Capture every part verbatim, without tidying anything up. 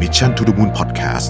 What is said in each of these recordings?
Mission to the Moon Podcast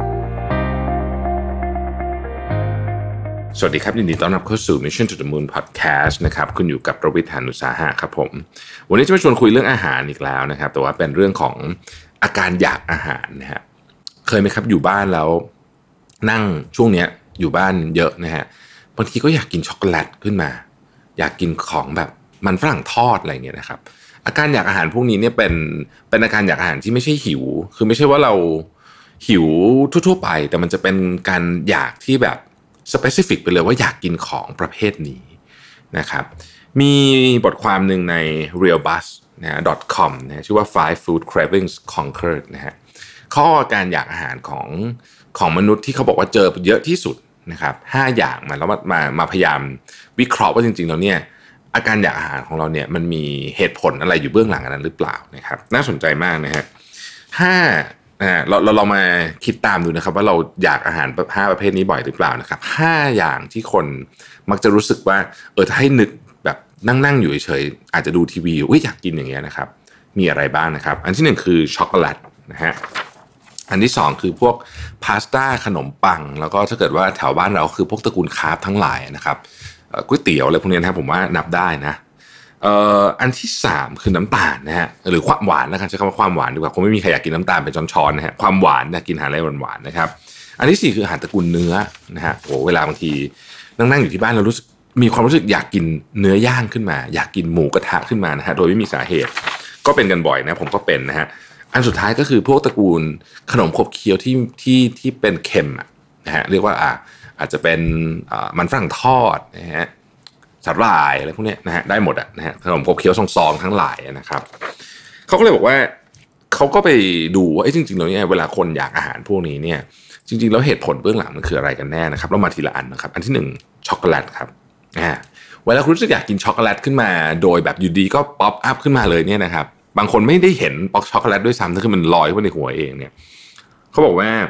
สวัสดีครับยินดีต้อนรับเข้าสู่ Mission to the Moon Podcast นะครับคุณอยู่กับประวิทย์ หาญอุตสาหะครับผมวันนี้จะมาชวนคุยเรื่องอาหารอีกแล้วนะครับแต่ว่าเป็นเรื่องของอาการอยากอาหารนะฮะเคยไหมครับอยู่บ้านแล้วนั่งช่วงเนี้ยอยู่บ้านเยอะนะฮะบางทีก็อยากกินช็อกโกแลตขึ้นมาอยากกินของแบบมันฝรั่งทอดอะไรเงี้ยนะครับอาการอยากอาหารพวกนี้เนี่ยเป็นเป็นอาการอยากอาหารที่ไม่ใช่หิวคือไม่ใช่ว่าเราหิวทั่วๆไปแต่มันจะเป็นการอยากที่แบบspecific ไปเลยว่าอยากกินของประเภทนี้นะครับมีบทความหนึ่งใน realbuzz นะ .com นะชื่อว่า five food cravings conquered นะฮะข้อการอยากอาหารของของมนุษย์ที่เขาบอกว่าเจอเยอะที่สุดนะครับห้าอย่างมาแล้วมามามาพยายามวิเคราะห์ว่าจริงๆแล้วเนี่ยอาการอยากอาหารของเราเนี่ยมันมีเหตุผลอะไรอยู่เบื้องหลังอันนั้นหรือเปล่านะครับน่าสนใจมากนะฮะห้าอ่าเราเราเรามาคิดตามดูนะครับว่าเราอยากอาหารแบบห้าประเภทนี้บ่อยหรือเปล่านะครับห้าอย่างที่คนมักจะรู้สึกว่าเออถ้าให้นึกแบบนั่งๆอยู่เฉยๆอาจจะดูทีวีอุ้ยอยากกินอย่างเงี้ยนะครับมีอะไรบ้างนะครับอันที่หนึ่งคือช็อกโกแลตนะฮะอันที่สองคือพวกพาสต้าขนมปังแล้วก็ถ้าเกิดว่าแถวบ้านเราคือพวกตระกูลคาร์บทั้งหลายนะครับก๋วยเตี๋ยวอะไรพวกนี้นะครับผมว่านับได้นะเอ่ออันที่สามคือน้ำตาลนะฮะหรือความหวานนะครับใช้คำว่าความหวานดีกว่าคงไม่มีใครอยากกินน้ำตาลเป็นช้อนๆนะฮะความหวานนะกินอาหารอะไรหวานๆนะครับอันที่สี่คืออาหารตระกูลเนื้อนะฮะโอ้เวลาบางทีนั่งๆอยู่ที่บ้านเรารู้สึกมีความรู้สึกอยากกินเนื้อย่างขึ้นมาอยากกินหมูกระทะขึ้นมานะฮะโดยไม่มีสาเหตุก็เป็นกันบ่อยนะผมก็เป็นนะฮะอันสุดท้ายก็คือพวกตระกูลขนมขบเคี้ยวที่ที่ที่เป็นเค็มนะฮะเรียกว่าอ่าอาจจะเป็นมันฝรั่งทอดนะฮะสาหร่ายอะไรพวกนี้นะฮะได้หมดอะนะฮะขนมขบเคี้ยวซองๆทั้งหลายนะครับเขาก็เลยบอกว่าเขาก็ไปดูว่าจริงๆแล้วเนี่ยเวลาคนอยากอาหารพวกนี้เนี่ยจริงๆแล้วเหตุผลเบื้องหลังมันคืออะไรกันแน่นะครับเรามาทีละอันนะครับอันที่หนึ่งช็อกโกแลตครับอ่าเวลาคุณรู้สึกอยากกินช็อกโกแลตขึ้นมาโดยแบบอยู่ดีก็ป๊อปอัพขึ้นมาเลยเนี่ยนะครับบางคนไม่ได้เห็นป๊อกช็อกโกแลตด้วยซ้ำถ้าคือมันลอยขึ้นในหัวเองเนี่ยเขาบอกว่า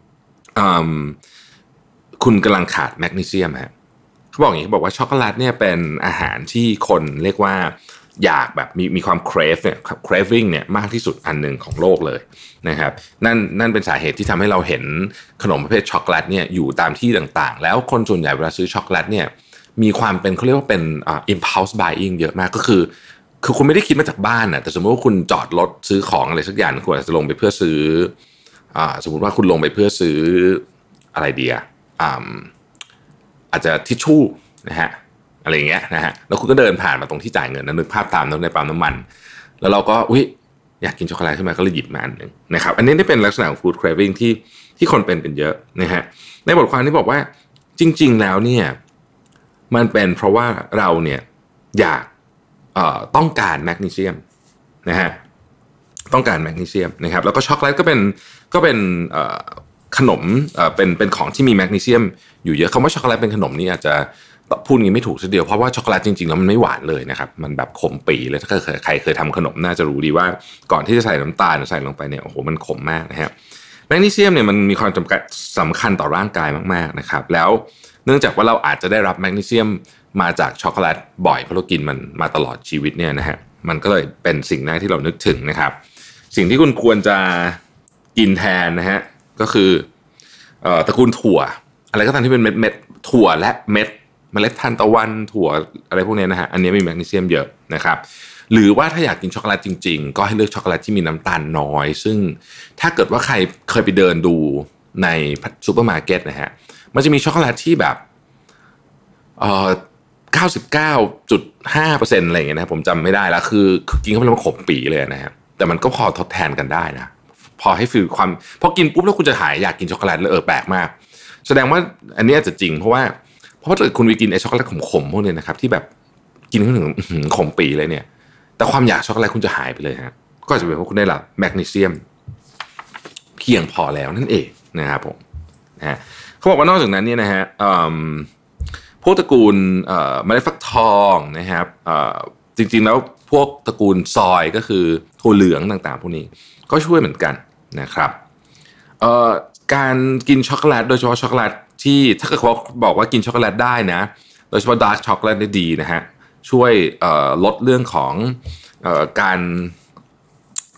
คุณกำลังขาดแมกนีเซียมฮะเขาบอกอย่างนี้เขาบอกว่าช็อกโกแลตเนี่ยเป็นอาหารที่คนเรียกว่าอยากแบบมีมีความ crave เนี่ย craving เนี่ยมากที่สุดอันหนึ่งของโลกเลยนะครับนั่นนั่นเป็นสาเหตุที่ทำให้เราเห็นขนมประเภทช็อกโกแลตเนี่ยอยู่ตามที่ต่างๆแล้วคนส่วนใหญ่เวลาซื้อช็อกโกแลตเนี่ยมีความเป็นเขาเรียกว่าเป็นอ่า impulse buying เยอะมากก็คือคือคุณไม่ได้คิดมาจากบ้านนะแต่สมมติว่าคุณจอดรถซื้อของอะไรสักอย่างคุณอาจจะลงไปเพื่อซื้ออ่าสมมติว่าคุณลงไปเพื่อซื้ออะไรเดียอ่าอาจจะทิชชู่นะฮะอะไรอย่างเงี้ยนะฮะแล้วคุณก็เดินผ่านมาตรงที่จ่ายเงินนะนึกภาพตามในปั๊มน้ำมันแล้วเราก็อุ๊ยอยากกินช็อกโกแลตขึ้นมาก็เลยหยิบมาอันนึงนะครับอันนี้ได้เป็นลักษณะของ food craving ที่ที่คนเป็นกันเยอะนะฮะในบทความนี้บอกว่าจริงๆแล้วเนี่ยมันเป็นเพราะว่าเราเนี่ยอยากเอ่อต้องการแมกนีเซียมนะฮะต้องการแมกนีเซียมนะครับแล้วก็ช็อกโกแลตก็เป็นก็เป็นเอ่อขนมเอ่อเป็นเป็นของที่มีแมกนีเซียมอยู่เยอะคำว่าช็อกโกแลตเป็นขนมนี่อาจจะพูดงี้ไม่ถูกทีเดียวเพราะว่าช็อกโกแลตจริงๆแล้วมันไม่หวานเลยนะครับมันแบบขมปีเลยถ้าใครใครเคยทำขนมน่าจะรู้ดีว่าก่อนที่จะใส่น้ำตาลใส่ลงไปเนี่ยโอ้โหมันขมมากนะฮะแมกนีเซียมเนี่ยมันมีความจำกัดสำคัญต่อร่างกายมากๆนะครับแล้วเนื่องจากว่าเราอาจจะได้รับแมกนีเซียมมาจากช็อกโกแลตบ่อยเพราะเรากินมันมาตลอดชีวิตเนี่ยนะฮะมันก็เลยเป็นสิ่งแรกที่เรานึกถึงนะครับสิ่งที่คุณควรจะกินแทนนะฮะก็คือเอ่อตระกูลถั่วอะไรก็ตามที่เป็นเม็ดเม็ดถั่วและเม็ดเมล็ดทานตะวันถั่วอะไรพวกนี้นะฮะอันนี้มีแมกนีเซียมเยอะนะครับหรือว่าถ้าอยากกินช็อกโกแลตจริงๆก็ให้เลือกช็อกโกแลตที่มีน้ำตาลน้อยซึ่งถ้าเกิดว่าใครเคยไปเดินดูในซูเปอร์มาร์เก็ตนะฮะมันจะมีช็อกโกแลตที่แบบเอ่อ เก้าสิบเก้าจุดห้าเปอร์เซ็นต์ อะไรอย่างเงี้ยนะผมจำไม่ได้แล้วคือกินเข้าไปแล้วมันขมปีเลยนะฮะแต่มันก็พอทดแทนกันได้นะพอให้ฟีลความพอกินปุ๊บแล้วคุณจะหายอยากกินช็อกโกแลตแล้วเออแปลกมากแสดงว่าอันนี้อาจจะจริงเพราะว่าเพราะถ้าเกิดคุณไปกินไอ้ช็อกโกแลตขมๆพวกนี้นะครับที่แบบกินเข้าถึงขมปีเลยเนี่ยแต่ความอยากช็อกโกแลตคุณจะหายไปเลยฮะก็อาจจะเป็นเพราะคุณได้รับแมกนีเซียมเพียงพอแล้วนั่นเองนะครับผมนะฮะเขาบอกว่านอกจากนั้นเนี่ยนะฮะพวกตระกูลเมล็ดฟักทองนะครับจริงๆแล้วพวกตระกูลซอยก็คือถั่วเหลืองต่างๆพวกนี้ก็ช่วยเหมือนกันนะครับการกินช็อกโกแลตโดยเฉพาะช็อกโกแลตที่ถ้าเกิดเขาบอกว่ากินช็อกโกแลตได้นะโดยเฉพาะดาร์กช็อกโกแลตได้ดีนะฮะช่วยลดเรื่องของการ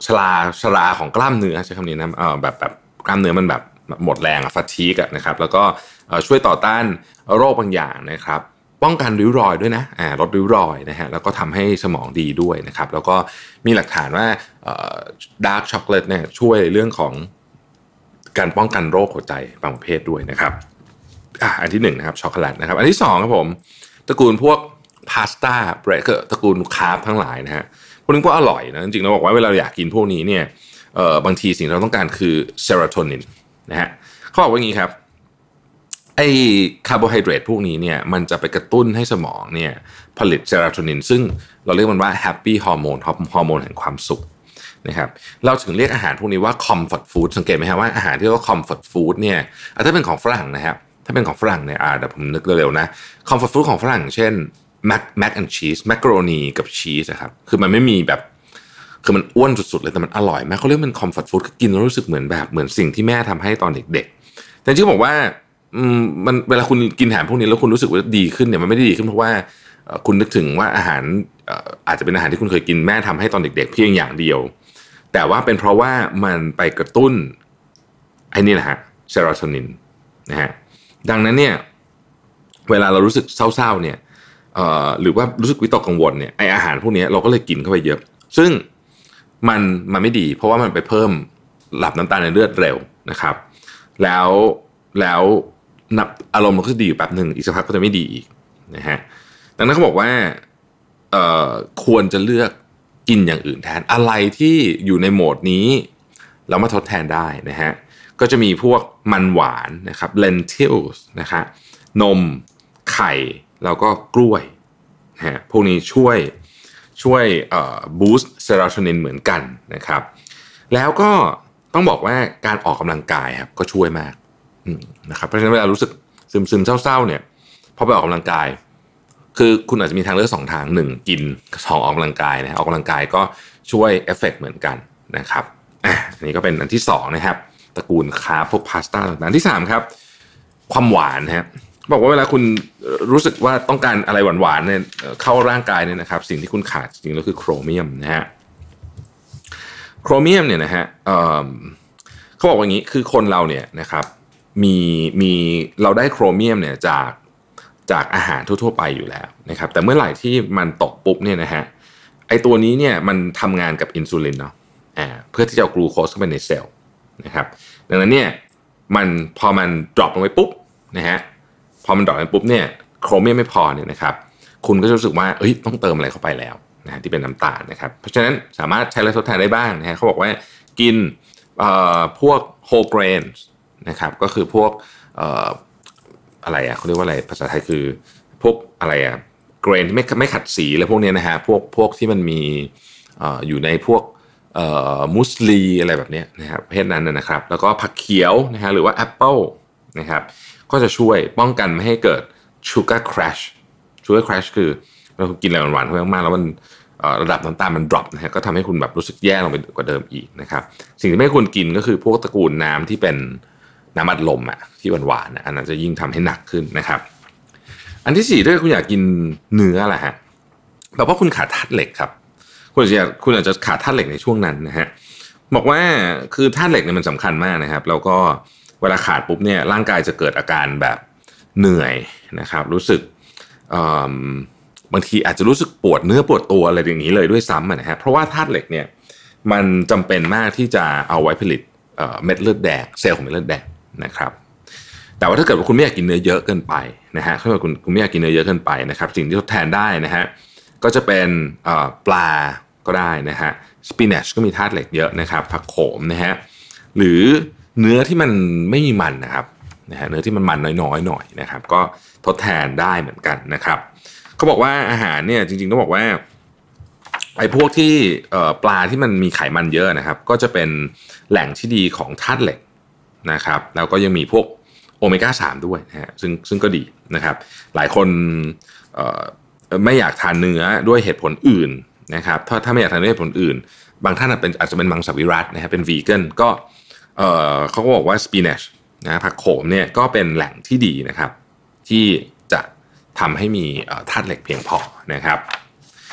ชราชราของกล้ามเนื้อใช้คำนี้นะเอ่อแบบแบบกล้ามเนื้อมันแบบหมดแรงอะฟาทีกอะนะครับแล้วก็ช่วยต่อต้านโรคบางอย่างนะครับป้องกันริ้วรอยด้วยนะอ่าลดริ้วรอยนะฮะแล้วก็ทำให้สมองดีด้วยนะครับแล้วก็มีหลักฐานว่าดาร์กช็อกโกแลตเนี่ยช่วยเรื่องของการป้องกันโรคหัวใจบางประเภทด้วยนะครับอ่ะอันที่หนึ่งนะครับช็อกโกแลตนะครับอันที่สองครับผมตระกูลพวกพาสต้าเบรกเกอร์ตระกูลคาร์บทั้งหลายนะฮะพวกนี้ก็อร่อยนะจริงๆเราบอกว่าเวลาเราอยากกินพวกนี้เนี่ยเอ่อบางทีสิ่งที่เราต้องการคือเซโรโทนินนะฮะเขาบอกว่าอย่างนี้ครับไอ้คาร์โบไฮเดรตพวกนี้เนี่ยมันจะไปกระตุ้นให้สมองเนี่ยผลิตเซโรโทนินซึ่งเราเรียกมันว่าแฮปปี้ฮอร์โมนฮอร์โมนแห่งความสุขนะครับเราถึงเรียกอาหารพวกนี้ว่าคอมฟอร์ตฟู้ดสังเกตไหมครับว่าอาหารที่เรียกว่าคอมฟอร์ตฟู้ดเนี่ยถ้าเป็นของฝรั่งนะครับถ้าเป็นของฝรั่งเนี่ยอ่าเดี๋ยวผมนึกเร็วๆนะคอมฟอร์ตฟู้ดของฝรั่งเช่นแมคแมคแอนด์ชีสแมคโรนีกับชีสนะครับคือมันไม่มีแบบคือมันอ้วนสุดๆเลยแต่มันอร่อยมากเขาเรียกเป็นคอมฟอร์ตฟู้ดกินแล้วรู้สึกเหมือนแบบเหมือนสิ่งที่แม่ทำให้ตอนเด็กๆแต่จริงๆบอกว่าอืมมันเวลาคุณกินอาหารพวกนี้แล้วคุณรู้สึกว่าดีขึ้นเนี่ยมันไม่ได้ดีขึ้นเพราะว่าคุณนึกถึงว่าอาหารอาจจะเป็นอาหารที่คุณเคยกินแม่ทำให้ตอนเด็กๆเพียงอย่างเดียวแต่ว่าเป็นเพราะว่ามันไปกระตุ้นไอ้นี่แหละฮะเซโรโทนินนะฮะดังนั้นเนี่ยเวลาเรารู้สึกเศร้าๆเนี่ยเอ่อหรือว่ารู้สึกวิตกกังวลเนี่ยไออาหารพวกนี้เราก็เลยกินเข้าไปเยอะซึ่งมันมันไม่ดีเพราะว่ามันไปเพิ่มระดับน้ำตาลในเลือดเร็วนะครับแล้วแล้วอารมณ์มันก็ดีอยู่แป๊บหนึ่งอีกสักพักก็จะไม่ดีอีกนะฮะดังนั้นเขาบอกว่าเอ่อควรจะเลือกกินอย่างอื่นแทนอะไรที่อยู่ในโหมดนี้เรามาทดแทนได้นะฮะก็จะมีพวกมันหวานนะครับ lentils นะครับนมไข่แล้วก็กล้วยนะฮะพวกนี้ช่วยช่วยเอ่อ boost serotonin เหมือนกันนะครับแล้วก็ต้องบอกว่าการออกกำลังกายครับก็ช่วยมากนะครับเพราะฉะนั้นเวลารู้สึกซึมๆเศร้าๆเนี่ยพอไปออกกำลังกายคือคุณอาจจะมีทางเลือกสองทางหนึ่งกินสองออกกำลังกายนะออกกำลังกายก็ช่วยเอฟเฟกต์เหมือนกันนะครับอ่ะอันนี้ก็เป็นอันที่สองนะครับตระกูลคาร์บพวกพาสต้าต่างๆอันที่สามครับความหวานนะครับบอกว่าเวลาคุณรู้สึกว่าต้องการอะไรหวานๆเนี่ยเข้าร่างกายเนี่ยนะครับสิ่งที่คุณขาดจริงๆก็คือโครเมียมนะฮะโครเมียมเนี่ยนะฮะเอ่อเขาบอกว่าอย่างนี้คือคนเราเนี่ยนะครับมีมีเราได้โครเมียมเนี่ยจากจากอาหารทั่วๆไปอยู่แล้วนะครับแต่เมื่อไหร่ที่มันตกปุ๊บเนี่ยนะฮะไอตัวนี้เนี่ยมันทำงานกับอินซูลินเนาะอ่าเพื่อที่จะเอากลูโคสเข้าไปในเซลล์นะครับดังนั้นเนี่ยมันพอมันดรอปลงไปปุ๊บนะฮะพอมันดรอปลงไปปุ๊บเนี่ยโครเมียมไม่พอเนี่ยนะครับคุณก็จะรู้สึกว่าเอ้ยต้องเติมอะไรเข้าไปแล้วนะที่เป็นน้ำตาลนะครับเพราะฉะนั้นสามารถใช้อะไรทดแทนได้บ้างนะฮะเขาบอกว่ากินเอ่อพวก whole grains นะครับก็คือพวกเอ่ออะไรอ่ะเขาเรียกว่าอะไรภาษาไทยคือพวกอะไรอ่ะเกรนที่ไม่ไม่ขัดสีอะไรพวกนี้นะฮะพวกพวกที่มันมีเอ่ออยู่ในพวกเอ่อมุสลีอะไรแบบนี้นะครับประเภทนั้นนะครับแล้วก็ผักเขียวนะฮะหรือว่าแอปเปิลนะครับก็จะช่วยป้องกันไม่ให้เกิด sugar crash sugar crash คือเรากินอะไรหวานๆเข้าไปมากๆแล้วมันระดับน้ำตาลมัน drop นะฮะก็ทำให้คุณแบบรู้สึกแย่ลงไปกว่าเดิมอีกนะครับสิ่งที่ไม่ควรกินก็คือพวกตระกูลน้ำที่เป็นน้ำอัดลมอ่ะที่หวานๆอันนั้นจะยิ่งทำให้หนักขึ้นนะครับอันที่สี่ถ้าคุณอยากกินเนื้อแหละฮะแบบว่าคุณขาดธาตุเหล็กครับคุณอาจจะคุณอาจจะขาดธาตุเหล็กในช่วงนั้นนะฮะบอกว่าคือธาตุเหล็กเนี่ยมันสำคัญมากนะครับแล้วก็เวลาขาดปุ๊บเนี่ยร่างกายจะเกิดอาการแบบเหนื่อยนะครับรู้สึกบางทีอาจจะรู้สึกปวดเนื้อปวดตัวอะไรอย่างนี้เลยด้วยซ้ำนะฮะเพราะว่าธาตุเหล็กเนี่ยมันจำเป็นมากที่จะเอาไว้ผลิตเม็ดเลือดแดงเซลล์ของเม็ดเลือดแดงนะครับแต่ว่าถ้าเกิดว่าคุณไม่อยากกินเนื้อเยอะเกินไปนะฮะถ้าเกิดคุณคุณไม่อยากกินเนื้อเยอะเกินไปนะครับสิ่งที่ทดแทนได้นะฮะก็จะเป็นปลาก็ได้นะฮะสปินัชก็มีธาตุเหล็กเยอะนะครับผักโขมนะฮะหรือเนื้อที่มันไม่มีมันนะครับนะฮะเนื้อที่มันมันน้อยๆหน่อยนะครับก็ทดแทนได้เหมือนกันนะครับเขาบอกว่าอาหารเนี่ยจริงๆต้องบอกว่าไอ้พวกที่ปลาที่มันมีไขมันเยอะนะครับก็จะเป็นแหล่งที่ดีของธาตุเหล็กนะครับแล้วก็ยังมีพวกโอเมก้าสามด้วยนะฮะซึ่งซึ่งก็ดีนะครับหลายคนไม่อยากทานเนื้อด้วยเหตุผลอื่นนะครับถ้าถ้าไม่อยากทานด้วยเหตุผลอื่นบางท่านเป็นอาจจะเป็นมังสวิรัตินะฮะเป็นวีแกนก็เอ่อเขาก็บอกว่าสปินัชนะผักโขมเนี่ยก็เป็นแหล่งที่ดีนะครับที่จะทำให้มีธาตุเหล็กเพียงพอนะครับ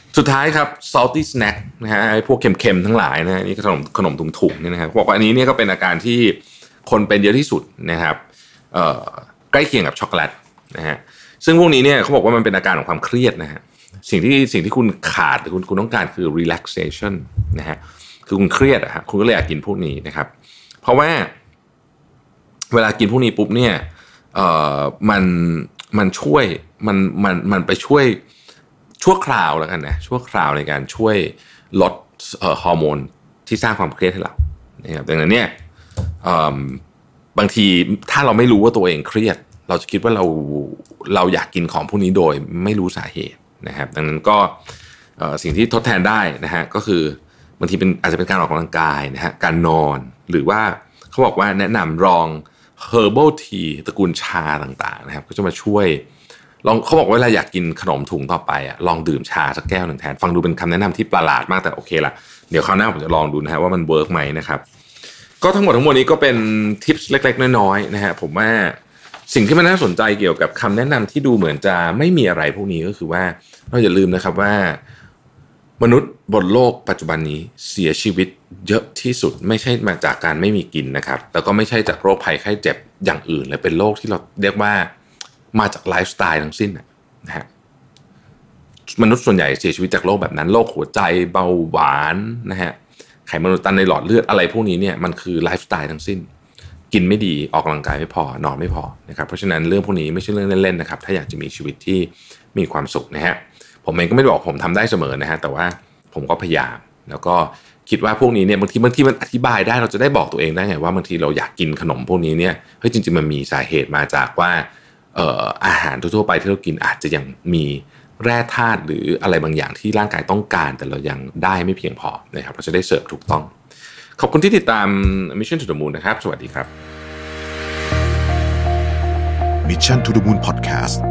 สุดท้ายครับ salty snack นะฮะไอ้พวกเค็มๆทั้งหลายนะฮะนี่ขนมขนมถุงๆเนี่ยนะครับบอกว่าอันนี้เนี่ยก็เป็นอาการที่คนเป็นเยอะที่สุดนะครับเอ่อใกล้เคียงกับช็อกโกแลตนะฮะซึ่งพวกนี้เนี่ยเขาบอกว่ามันเป็นอาการของความเครียดนะฮะสิ่งที่สิ่งที่คุณขาดหรือคุณคุณต้องการคือ relaxation นะฮะคือคุณเครียดอะฮะคุณก็เลยอยากกินพวกนี้นะครับเพราะว่าเวลากินพวกนี้ปุ๊บเนี่ยเอ่อมันมันช่วยมันมันมันไปช่วยชั่วคราวแล้วกันนะชั่วคราวในการช่วยลดเอ่อฮอร์โมนที่สร้างความเครียดให้เรานะครับดังนั้นเนี่ยบางทีถ้าเราไม่รู้ว่าตัวเองเครียดเราจะคิดว่าเราเราอยากกินของพวกนี้โดยไม่รู้สาเหตุนะครับดังนั้นก็สิ่งที่ทดแทนได้นะฮะก็คือบางทีเป็นอาจจะเป็นการออกกำลังกายนะฮะการนอนหรือว่าเขาบอกว่าแนะนำลอง herbal tea ตระกูลชาต่างๆนะครับก็จะมาช่วยลองเขาบอกว่าเวลาอยากกินขนมถุงต่อไปอ่ะลองดื่มชาสักแก้วหนึ่งแทนฟังดูเป็นคำแนะนำที่ประหลาดมากแต่โอเคละเดี๋ยวคราวหน้าผมจะลองดูนะฮะว่ามันเวิร์กไหมนะครับก็ทั้งหมดทั้งมวลนี้ก็เป็นทิปส์เล็กๆน้อยๆนะฮะผมว่าสิ่งที่มันน่าสนใจเกี่ยวกับคำแนะนำที่ดูเหมือนจะไม่มีอะไรพวกนี้ก็คือว่าเราอย่าลืมนะครับว่ามนุษย์บนโลกปัจจุบันนี้เสียชีวิตเยอะที่สุดไม่ใช่มาจากการไม่มีกินนะครับแล้วก็ไม่ใช่จากโรคภัยไข้เจ็บอย่างอื่นเลยเป็นโรคที่เราเรียกว่ามาจากไลฟ์สไตล์ทั้งสิ้นนะฮะมนุษย์ส่วนใหญ่เสียชีวิตจากโรคแบบนั้นโรคหัวใจเบาหวานนะฮะไขมันอุดตันในหลอดเลือดอะไรพวกนี้เนี่ยมันคือไลฟ์สไตล์ทั้งสิ้นกินไม่ดีออกกำลังกายไม่พอนอนไม่พอนะครับเพราะฉะนั้นเรื่องพวกนี้ไม่ใช่เรื่องเล่นๆนะครับถ้าอยากจะมีชีวิตที่มีความสุขนะฮะผมเองก็ไม่ได้บอกผมทำได้เสมอนะฮะแต่ว่าผมก็พยายามแล้วก็คิดว่าพวกนี้เนี่ยบางทีบางทีมันอธิบายได้เราจะได้บอกตัวเองได้ไงว่าบางทีเราอยากกินขนมพวกนี้เนี่ยเฮ้ยจริงๆมันมีสาเหตุมาจากว่าเอ่ออาหารทั่วๆไปที่เรากินอาจจะยังมีแร่ธาตุหรืออะไรบางอย่างที่ร่างกายต้องการแต่เรายังได้ไม่เพียงพอนะครับเราจะได้เสิร์ฟถูกต้องขอบคุณที่ติดตาม Mission to the Moon นะครับสวัสดีครับ Mission to the Moon Podcast